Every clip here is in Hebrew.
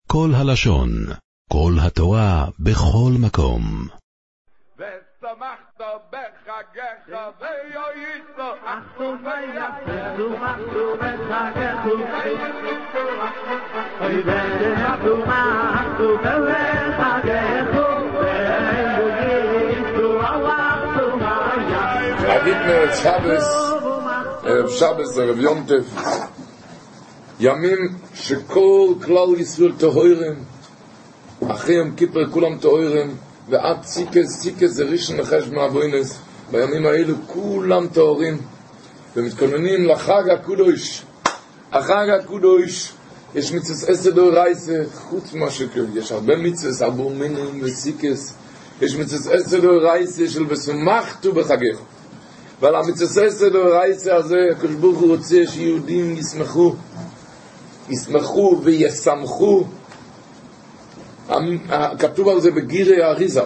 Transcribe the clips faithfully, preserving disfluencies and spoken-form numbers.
כל הלשון, כל התורה, בכל מקום. ושמחת בחגך ויועיצו אחתו ויחתו מחתו בחגך אוי ונחתו מחתו בחגך ויועיצו אחתו ויחתו עדיף מערב שבס, ערב שבס ערב יונטף, ימים שכל כלל ישראל טהורים, אחרי יום כיפר כולם טהורים, ועד ציקס, ציקס זה ראשון נחש מהבוינס, בימים האלו כולם טהורים, ומתכוננים לחג הקודש. החג הקודש, יש מצווה עשר דאורייסה, חוץ ממה שכן, יש הרבה מצווה, ארבע מינים וציקס, יש מצווה עשר דאורייסה של ושמחתו בחגך. ועל המצווה עשר דאורייסה הזה, הקדוש ברוך הוא רוצה שיהודים ישמחו, ישמחו וישמחו. כתוב על זה בגירי האריזל,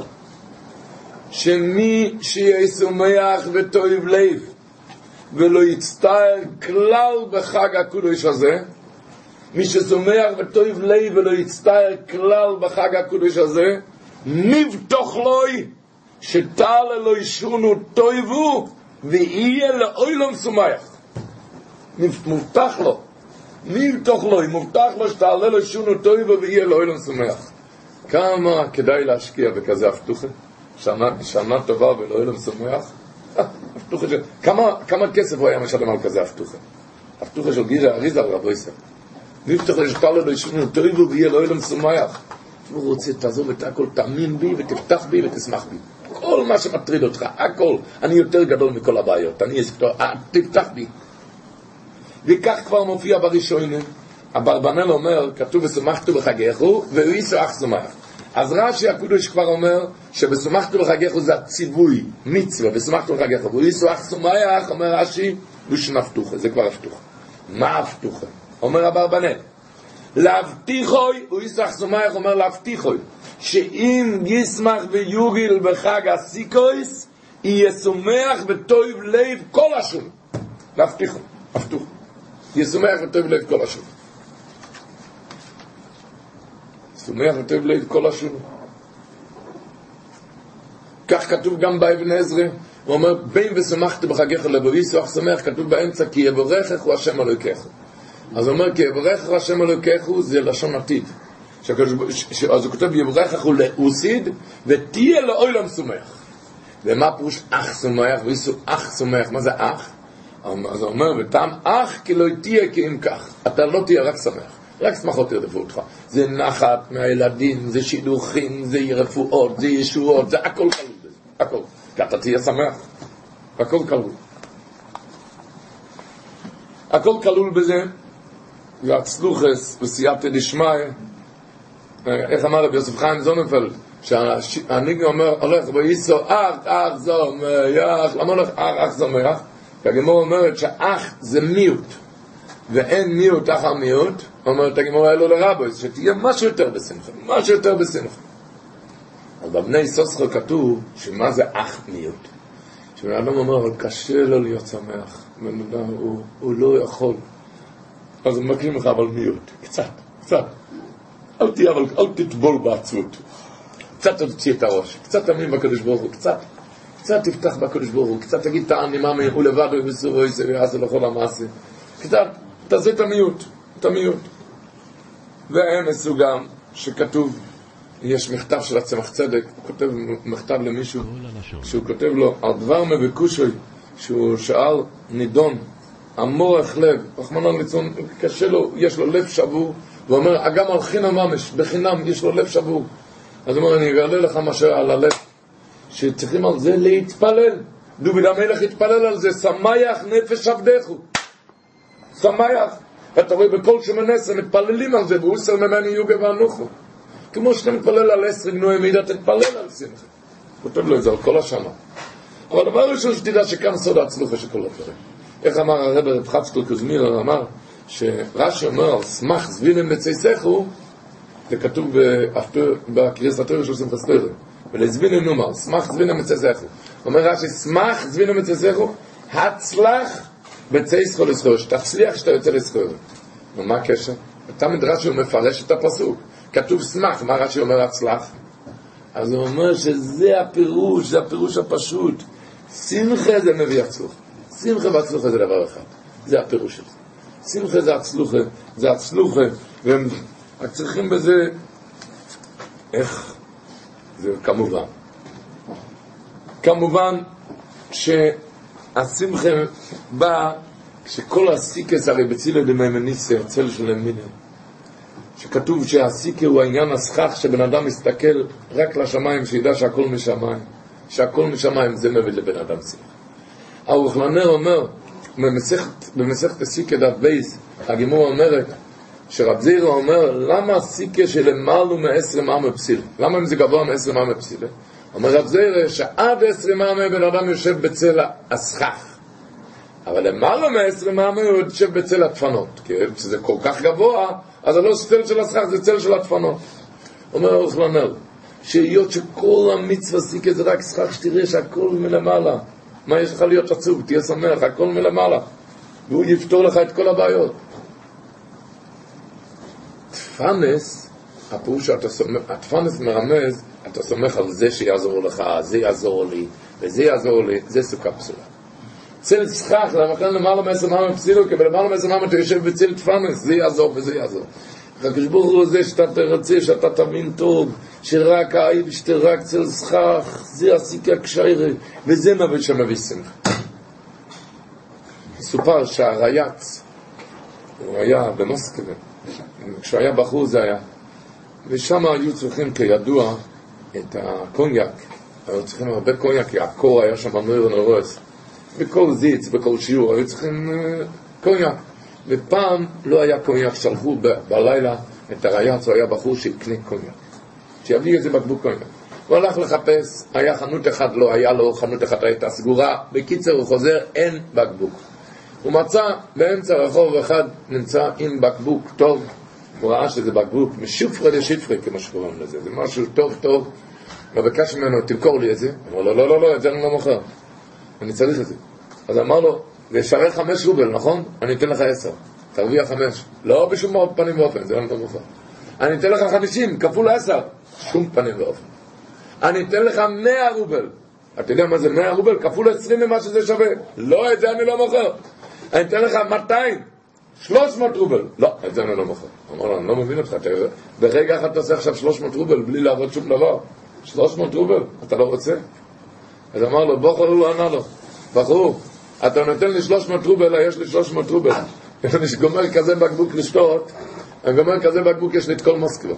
שמי שישמח וטוב לב ולא יצטער כלל בחג הקודש הזה, מי ששמח וטוב לב ולא יצטער כלל בחג הקודש הזה, נבטח לוי שתעלה לו ישונו טובו ויהיה לעולם שמח. מובטח לו, נבטח לוי, מובטח לו שתעלה לו ישונו טובו ויהיה לעולם שמח. כמה כדאי להשקיע בכזה הפתוחה? שנה, שנה טובה ולא אלם שמח? הפתוחה של... כמה, כמה כסף הוא היה משלם על כזה הפתוחה? הפתוחה של גירי האריזה על רבו ישראל. נבטח לשתר לו לשמנו טויבו ויהיה לא אלם שמח. הוא רוצה, תעזוב את הכל, תאמין בי ותפתח בי ותשמח בי. כל מה שמטריד אותך, הכל. אני יותר גדול מכל הבעיות. אני אספתור, תפתח בי. וכך כבר מופיע בראשונים. אברבנאל אומר, כתוב ושמחתו בחגךו, והוא יישא אך שמח. אז רש"י הקדוש כבר אומר, שבשמחתו בחגךו זה הציווי, מצווה, ושמחתו בחגךו, והוא יישא אך שמח, אומר רש"י, ושנה פתוחה, זה כבר הפתוחה. מה הפתוחה? אומר אברבנאל, להבטיחוי, הוא יישא אך שמח, אומר להבטיחוי, שאם ישמח ויוגיל בחג הסיקויס, יהיה שמח וטוב לב כל השום. להבטיחוי, הפתוח. יהיה שמח וטוב לב כל השום. שמח וטוב לב כל השום. כך כתוב גם באבן עזרא, הוא אומר, בין ושמחת בחגך לבויסו, אך שמח, כתוב באמצע, כי יבורכך הוא השם אלוהיכך. אז הוא אומר, כי יבורכך הוא השם אלוהיכך, זה לשון עתיד. אז הוא כותב, יבורכך הוא לעוסיד, ותהיה לעולם שמח. ומה פירוש אך שמח? ויסו אך שמח, מה זה אך? אז הוא אומר, וטעם אך כי לא תהיה כי אם כך. אתה לא תהיה רק שמח. רק שמחות ירדפו אותך. זה נחת מהילדים, זה שידוכים, זה רפואות, זה ישועות, זה הכל כלול בזה. הכל. כי אתה תהיה שמח. הכל כלול. הכל כלול בזה. והצלוחס וסייעתא דשמיא. איך אמר רבי יוסף חיים זוננפלד? שהניגה אומר, הולך ואיסו אך, אך זומח. למה הולך אך, אך זומח? כי הגמור אומרת שאך זה מיעוט. ואין מיעוט אך המיעוט. אומרת הגמור האלו לרבו, שתהיה משהו יותר בשמחה. משהו יותר בשמחה. אז בבני סוסחו כתוב שמה זה אך מיעוט. שבאדם אומר, אבל קשה לו להיות שמח. הוא, הוא לא יכול. אז הוא מקים לך אבל מיעוט. קצת, קצת. אל תהיה, אבל אל תטבול בעצות. קצת תוציא את הראש. קצת תאמין בקדוש ברוך הוא. קצת. קצת תפתח בקדוש ברוך הוא. קצת תגיד טעם נמאמי, הוא לבד הוא בסורו, יעשה לכל המעשה. קצת, תעשה את המיעוט. את המיעוט. ואמס הוא גם שכתוב, יש מכתב של הצמח צדק, הוא כותב מכתב למישהו, שהוא כותב לו, על דבר מבקושוי, שהוא שאל נידון, המורך לב, רחמנא ליצלן, קשה לו, יש לו לב שבור, והוא אומר, אגם על חינם ממש, בחינם יש לו לב שבור. אז הוא אומר, אני אגלה לך משהו על הלב, שצריכים על זה להתפלל. דוד המלך התפלל על זה, שמח נפש עבדךו. שמח. אתה רואה בכל שמנסה, מתפללים על זה, והוא עשר ממני יוגה ואנוכו. כמו שאתה מתפלל על עשר גנועי מידה, תתפלל על שמחה. כותב לו את זה על כל השנה. אבל דבר ראשון שתדע שכאן סוד הצלוחה של כל הדברים. איך אמר הרב רב חצקל קוזמיר, אמר שרש"י אומר על שמח זבינם בצייסךו, זה כתוב בקריאת התורה של שמחת תורה. ולזבינם נאמר, שמח זבינם בצייסךו. אומר רש"י, שמח זבינם בצייסךו, הצלח בצייסךו לזכור, שתצליח שאתה יוצא לזכור. ומה הקשר? אתה מדרש הוא מפרש את הפסוק. כתוב שמח, מה רש"י אומר הצלח? אז הוא אומר שזה הפירוש, זה הפירוש הפשוט. שמחה זה מביא הצלוח. שמחה והצלוחה זה דבר אחד. זה הפירוש של זה. שמחה זה הצלוחה, זה הצלוחה, והם צריכים בזה, איך? זה כמובן. כמובן שהשמחה בא כשכל הסיקס הרי בצילה דמיימניסה, צל של המינה. שכתוב שהסיקה הוא העניין הסכך שבן אדם מסתכל רק לשמיים, שידע שהכל משמיים. שהכל משמיים זה מביא לבן אדם שמחה. האורחלנר אומר, במסכת, במסכת הסיקה דף בייס, הגימור אומרת, שרב זירא אומר, למה הסיקה שלמעלו מעשרים אמה פסילה? למה אם זה גבוה מעשרים אמה פסילה? אומר רב זירא, שעד עשרים אמה בן אדם יושב בצל הסכך. אבל למעלה מעשרים אמה הוא יושב בצל התפנות. כי זה כל כך גבוה, אז זה לא צל של הסכך, זה צל של התפנות. אומר האורחלנר, שהיות שכל המצווה סיקה זה רק סכך, שתראה שהכל מלמעלה. מה יש לך להיות עצוב? תהיה שמח, הכל מלמעלה. והוא יפתור לך את כל הבעיות. תפנס, הפירוש שאתה סומך, התפנס מרמז, אתה סומך על זה שיעזור לך, זה יעזור לי, וזה יעזור לי, זה סוכה פסולה. צל סכך, למכן למעלה מעשר מאמה פסילו, כי בלמעלה מעשר מאמה אתה יושב בצל תפנס, זה יעזור וזה יעזור. הקדוש ברוך הוא זה שאתה תרצה, שאתה תבין טוב, שרק האיב שתרק צל סכך, זה הסיקה קשיירה, וזה מביא שמביא שמחה. סופר שהרייץ, הוא היה במוסקבה, כשהוא היה בחור זה היה, ושם היו צריכים כידוע את הקוניאק, היו צריכים הרבה קוניאק, כי הקור היה שם נויר ונורס, בכל זיץ, בכל שיעור, היו צריכים קוניאק. ופעם לא היה קוניאק, שלחו ב- בלילה את הרייץ, הוא היה בחור שיקנה קוניאק, שיביא איזה בקבוק קוניאק. הוא הלך לחפש, היה חנות אחד, לא היה לו, חנות אחד הייתה סגורה, בקיצר הוא חוזר, אין בקבוק. הוא מצא באמצע רחוב אחד, נמצא עם בקבוק טוב, הוא ראה שזה בקבוק משופרי לשפרי, כמו שקוראים לזה, זה משהו טוב טוב, ובקש ממנו, תמכור לי את זה. הוא אמר לו, לא, לא, לא, את זה אני לא מוכר, אני צריך את זה. אז אמר לו, זה שווה חמש רובל, נכון? אני אתן לך עשר, תרוויח חמש. לא בשום פנים ואופן, זה לא נתן מוכר. אני אתן לך חמישים, כפול עשר, שום פנים ואופן. אני אתן לך מאה רובל. אתה יודע מה זה מאה רובל? כפול עשרים ממה שזה שווה. לא, את זה אני לא מוכר. אני אתן לך מאתיים, שלוש מאות רובל. לא, את זה אני לא מוכר. אמר לו, אני לא מבין אותך. ברגע אחד אתה עושה עכשיו שלוש מאות רובל בלי לעבוד שום דבר. שלוש מאות רובל, אתה לא רוצה? אז אמר לו, בחור הוא ענה לו, בחור, אתה נותן לי שלוש מאות רובל, יש לי שלוש מאות רובל. אני גומר כזה בקבוק לשתות, אני גומר כזה בקבוק, יש לי את כל מוסקבה.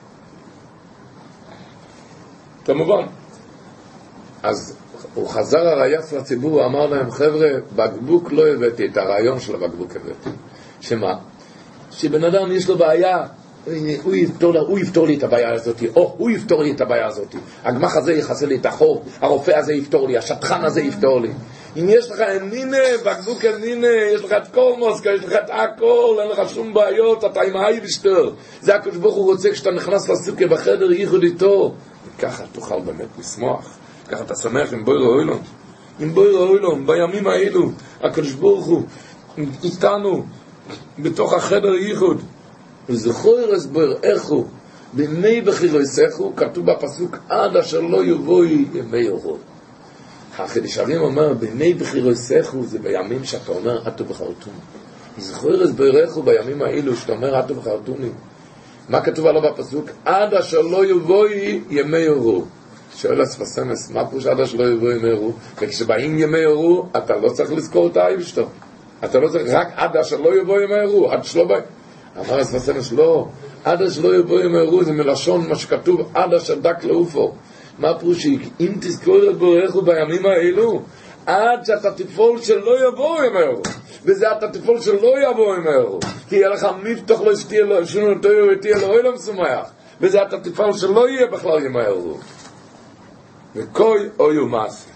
כמובן. אז הוא חזר הרייץ לציבור, הוא אמר להם, חבר'ה, בקבוק לא הבאתי, את הרעיון של הבקבוק הבאתי. שמה? שבן אדם יש לו בעיה, הוא יפתור, הוא יפתור לי את הבעיה הזאת, או הוא יפתור לי את הבעיה הזאת, הגמח הזה יחסה לי את החור, הרופא הזה יפתור לי, השטחן הזה יפתור לי. אם יש לך נינה, בקבוק נינה, יש לך את כל מוסקה, יש לך את הכל, אין לך שום בעיות, אתה עם האי בשטר. זה הקדוש ברוך הוא רוצה, כשאתה נכנס לסוכה בחדר, ייחוד איתו. וככה תוכל באמת לשמוח, ככה אתה שמח עם בויר האוילון, עם בויר האוילון, בימים האלו, הקדוש ברוך הוא איתנו, בתוך החדר ייחוד. וזכור הסבר איך הוא בימי בחירו יסחו, כתוב בפסוק עד אשר לא יבואי ימי אורו. החידשרים אומר בימי בחירו יסחו זה בימים שאתה אומר עטו בחרטון. זכור הסבר איך הוא בימים האלו שאתה אומר עטו בחרטונים. מה כתוב עליו בפסוק? עד אשר לא יבואי ימי אורו. שואל הספסמס, מה פוש עד אשר לא יבואי ימי אורו? וכשבאים ימי אורו אתה לא צריך לזכור את האי בשתו, אתה לא צריך, רק עד אשר לא יבואי ימי אורו, עד שלא בא. אמר הספסמס, לא, עד אשר לא יבואי ימי אורו זה מלשון מה שכתוב עד אשר דק לעופו. מה פושי? אם תזכור את בורך בימים האלו, עד שאתה תפעול שלא יבוא ימי אורו, וזה אתה תפעול שלא יבוא ימי אורו, כי יהיה לך מבטח לא שתהיה לו, שונו תהיה ותהיה לו אילם סומח, וזה אתה תפעול שלא יהיה בכלל ימי אורו. וכוי אוי ומעשי.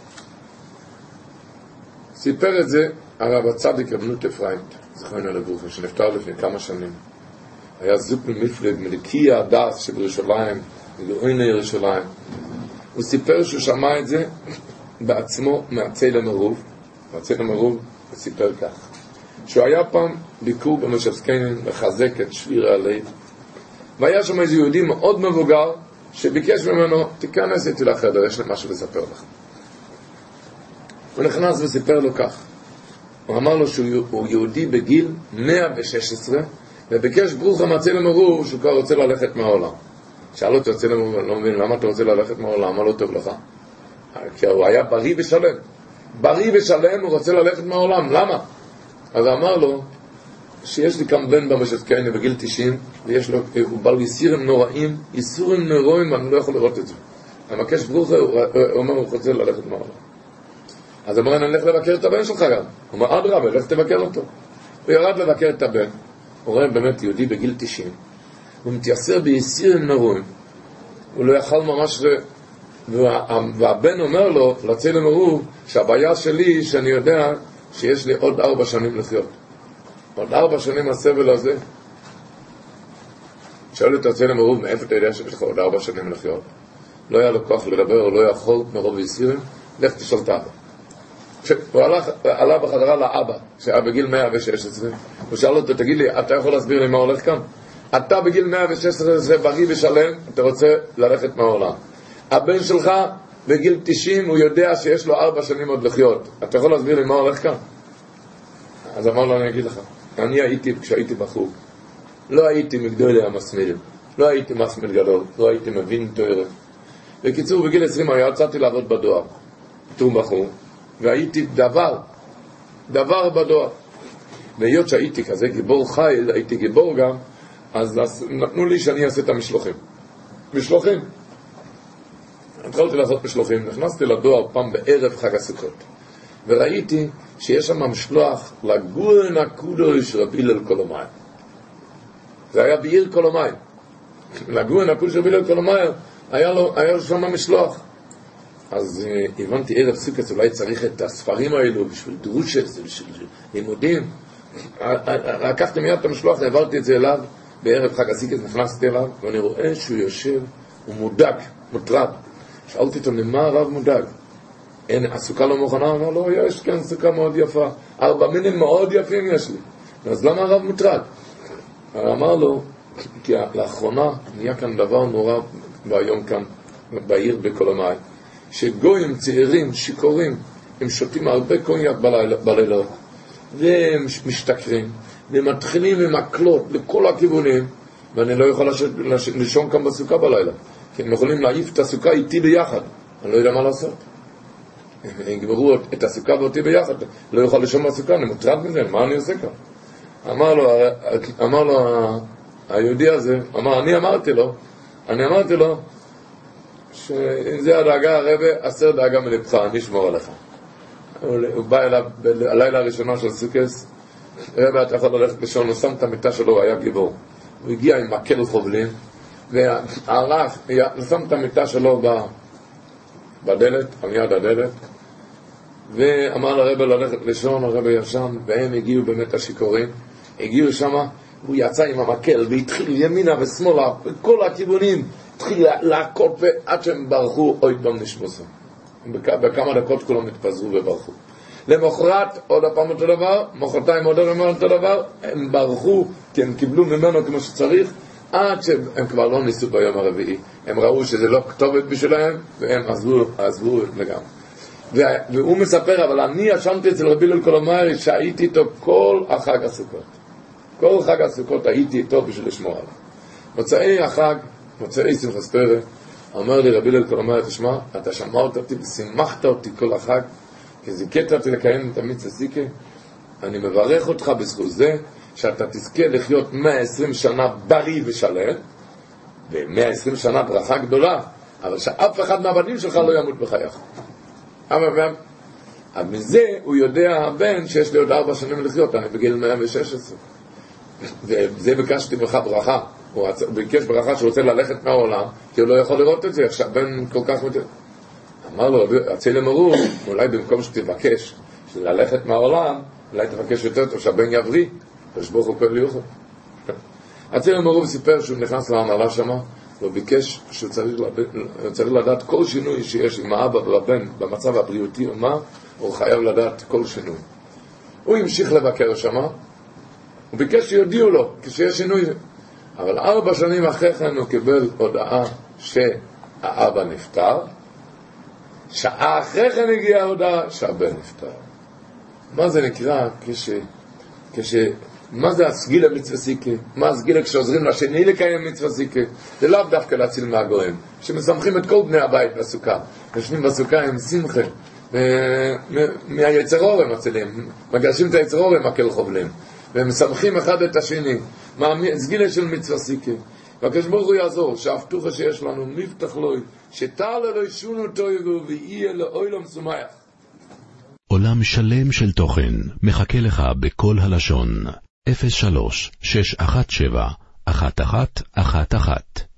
סיפר את זה הרב הצדיק רבנות אפרים, זכרנו לברכה, שנפטר לפני כמה שנים. היה זוג ממפלג, מלקיה הדס שבירושלים, מגאוני ירושלים. הוא סיפר שהוא שמע את זה בעצמו מהצל המרוב, מהצל המרוב הוא סיפר כך, שהוא היה פעם ביקור במשך סקנין לחזק את שביר הלב, והיה שם איזה יהודי מאוד מבוגר, שביקש ממנו, תיכנס איתי לחדר, יש לי משהו לספר לך. הוא נכנס וסיפר לו כך. הוא אמר לו שהוא יהודי בגיל מאה ושש עשרה, וביקש ברוך המצא למרוב שהוא כבר רוצה ללכת מהעולם. שאל אותו, יוצא למרוב, אני לא מבין, למה אתה רוצה ללכת מהעולם? מה לא טוב לך? כי הוא היה בריא ושלם. בריא ושלם, הוא רוצה ללכת מהעולם. למה? אז הוא אמר לו, שיש לי כאן בן במשת קייני בגיל תשעים, ויש לו, הוא בא ליסירים נוראים, יסורים נוראים, אני לא יכול לראות את זה. אני מבקש ברוך, הוא אומר, הוא רוצה ללכת מהעולם. אז הוא אומר, אני אלך לבקר את הבן שלך גם. הוא אומר, עד רב, אלך תבקר אותו. הוא ירד לבקר את הבן. הוא רואה באמת יהודי בגיל תשעים. הוא מתייסר ביסירים נוראים. הוא לא יכל ממש... והבן אומר לו, לצא למרוב, שהבעיה שלי, שאני יודע שיש לי עוד ארבע שנים לחיות. עוד ארבע שנים הסבל הזה. שואל את לצא למרוב, מאיפה אתה יודע שיש לך עוד ארבע שנים לחיות? לא היה לו כוח לדבר, הוא לא יכול מרוב יסירים, לך תשאל את האבא. הוא הלך, עלה בחזרה לאבא, שהיה בגיל מאה ושש עשרה, הוא שאל אותו, תגיד לי, אתה יכול להסביר לי מה הולך כאן? אתה בגיל מאה ושש עשרה בריא ושלם, אתה רוצה ללכת מהעולם. הבן שלך בגיל תשעים, הוא יודע שיש לו ארבע שנים עוד לחיות. אתה יכול להסביר לי מה הולך כאן? אז אמר לו, אני אגיד לך, אני הייתי, כשהייתי בחור, לא הייתי מגדולי המסמילים, לא הייתי מסמיל גדול, לא הייתי מבין תואר. בקיצור, בגיל עשרים יצאתי לעבוד בדואר, תום בחור, והייתי דבר, דבר בדואר. והיות שהייתי כזה גיבור חיל, הייתי גיבור גם, אז נתנו לי שאני אעשה את המשלוחים. משלוחים. התחלתי לעשות משלוחים, נכנסתי לדואר פעם בערב חג הסוכות, וראיתי שיש שם משלוח לגון הקודש רבי הלל קולומאי. זה היה בעיר קולומאי. לגון הקודש רבי הלל קולומאי, היה לו, היה לו שם משלוח. אז uh, הבנתי ערב סוכות, אולי צריך את הספרים האלו בשביל דרושס, בשביל לימודים. לקחתי מיד את המשלוח, העברתי את זה אליו, בערב חג הסוכות נכנסתי אליו, ואני רואה שהוא יושב, הוא מודאג, מוטרד. שאלתי אותו, למה הרב מודאג? אין, הסוכה לא מוכנה? אמר לו, יש כאן סוכה מאוד יפה. ארבע מינים מאוד יפים יש לי. אז למה הרב מוטרד? אמר לו, כי לאחרונה נהיה כאן דבר נורא ביום כאן, בעיר בקולומאי, שגויים צעירים, שיכורים, הם שותים הרבה קוניאק בלילות, והם משתכרים, והם מתחילים עם מקלות לכל הכיוונים, ואני לא יכול לישון כאן בסוכה בלילה. כי הם יכולים להעיף את הסוכה איתי ביחד. אני לא יודע מה לעשות. הם גמרו את הסוכה ואותי ביחד. לא יוכל לישון בסוכה, אני מוטרד מזה, מה אני עושה כאן? אמר לו, אמר לו היהודי הזה, אמר, אני אמרתי לו, אני אמרתי לו, שאם זה הדאגה הרבה, עשר דאגה מלבך, אני אשמור עליך. הוא בא אליו בלילה הראשונה של סוכס, רבי, אתה יכול ללכת לישון, הוא שם את המיטה שלו, הוא היה גיבור. הוא הגיע עם מקל חובלים, והלך, שם את המיטה שלו בדלת, על יד הדלת, ואמר לרבי ללכת לישון, הרבי ישן, והם הגיעו באמת השיכורים, הגיעו שם, הוא יצא עם המקל, והתחיל ימינה ושמאלה, בכל הכיוונים, התחיל להכות, ועד שהם ברחו, אוי פעם נשמוסו. בכמה דקות כולם התפזרו וברחו. למחרת עוד הפעם אותו דבר, מחרתיים עוד הפעם אותו דבר, הם ברחו, כי הם קיבלו ממנו כמו שצריך, עד שהם כבר לא ניסו ביום הרביעי. הם ראו שזה לא כתובת בשבילהם, והם עזבו, עזבו לגמרי. והוא מספר, אבל אני ישנתי אצל רבי הלל קולומאי, שהייתי איתו כל החג הסוכות. כל חג הסוכות הייתי איתו בשביל לשמור עליו. מוצאי החג, מוצאי שמחת תורה, אמר לי רבי הלל קולומאי, תשמע, אתה שמרת אותי ושימחת אותי כל החג, כי זיכית אותי לקיים את המצווה זיקה. אני מברך אותך בזכות זה, שאתה תזכה לחיות מאה ועשרים שנה בריא ושלם, ו-מאה ועשרים שנה ברכה גדולה, אבל שאף אחד מהבנים שלך לא ימות בחייך. אבל מזה הוא יודע הבן שיש לי עוד ארבע שנים לחיות, אני בגיל מאה ושש עשרה. וזה ביקשתי ממך ברכה. הוא ביקש ברכה שהוא רוצה ללכת מהעולם, כי הוא לא יכול לראות את זה, כשהבן כל כך מת... אמר לו, הצי למרוב, אולי במקום שתבקש ללכת מהעולם, אולי תבקש יותר טוב שהבן יבריא, תשבוך הוא כל יוכל. הצי למרוב סיפר שהוא נכנס להנהלה שמה, והוא ביקש שהוא צריך, צריך לדעת כל שינוי שיש עם האבא והבן במצב הבריאותי ומה, הוא חייב לדעת כל שינוי. הוא המשיך לבקר שמה, הוא ביקש שיודיעו לו כשיש שינוי. אבל ארבע שנים אחרי כן הוא קיבל הודעה שהאבא נפטר, שעה אחרי כן הגיעה ההודעה שהבן נפטר. מה זה נקרא כש... כש... מה זה הסגילה מצווה סיקה? מה הסגילה כשעוזרים לשני לקיים מצווה סיקה? זה לאו דווקא להציל מהגויים, שמשמחים את כל בני הבית בסוכה. יושבים בסוכה עם שמחה, מהיצר אור הם מצילים, מגרשים את היצר אור הם מקל חובלים, והם משמחים אחד את השני. סגילה של מצווה סיקה. והקדוש ברוך הוא יעזור, שהפתוחה שיש לנו מבטח לוי, שתעלה לו שונו טויבו ויהיה לאוילום סומייח. עולם שלם של תוכן מחכה לך בכל הלשון. אפס שלוש שש אחת שבע אחת אחת אחת אחת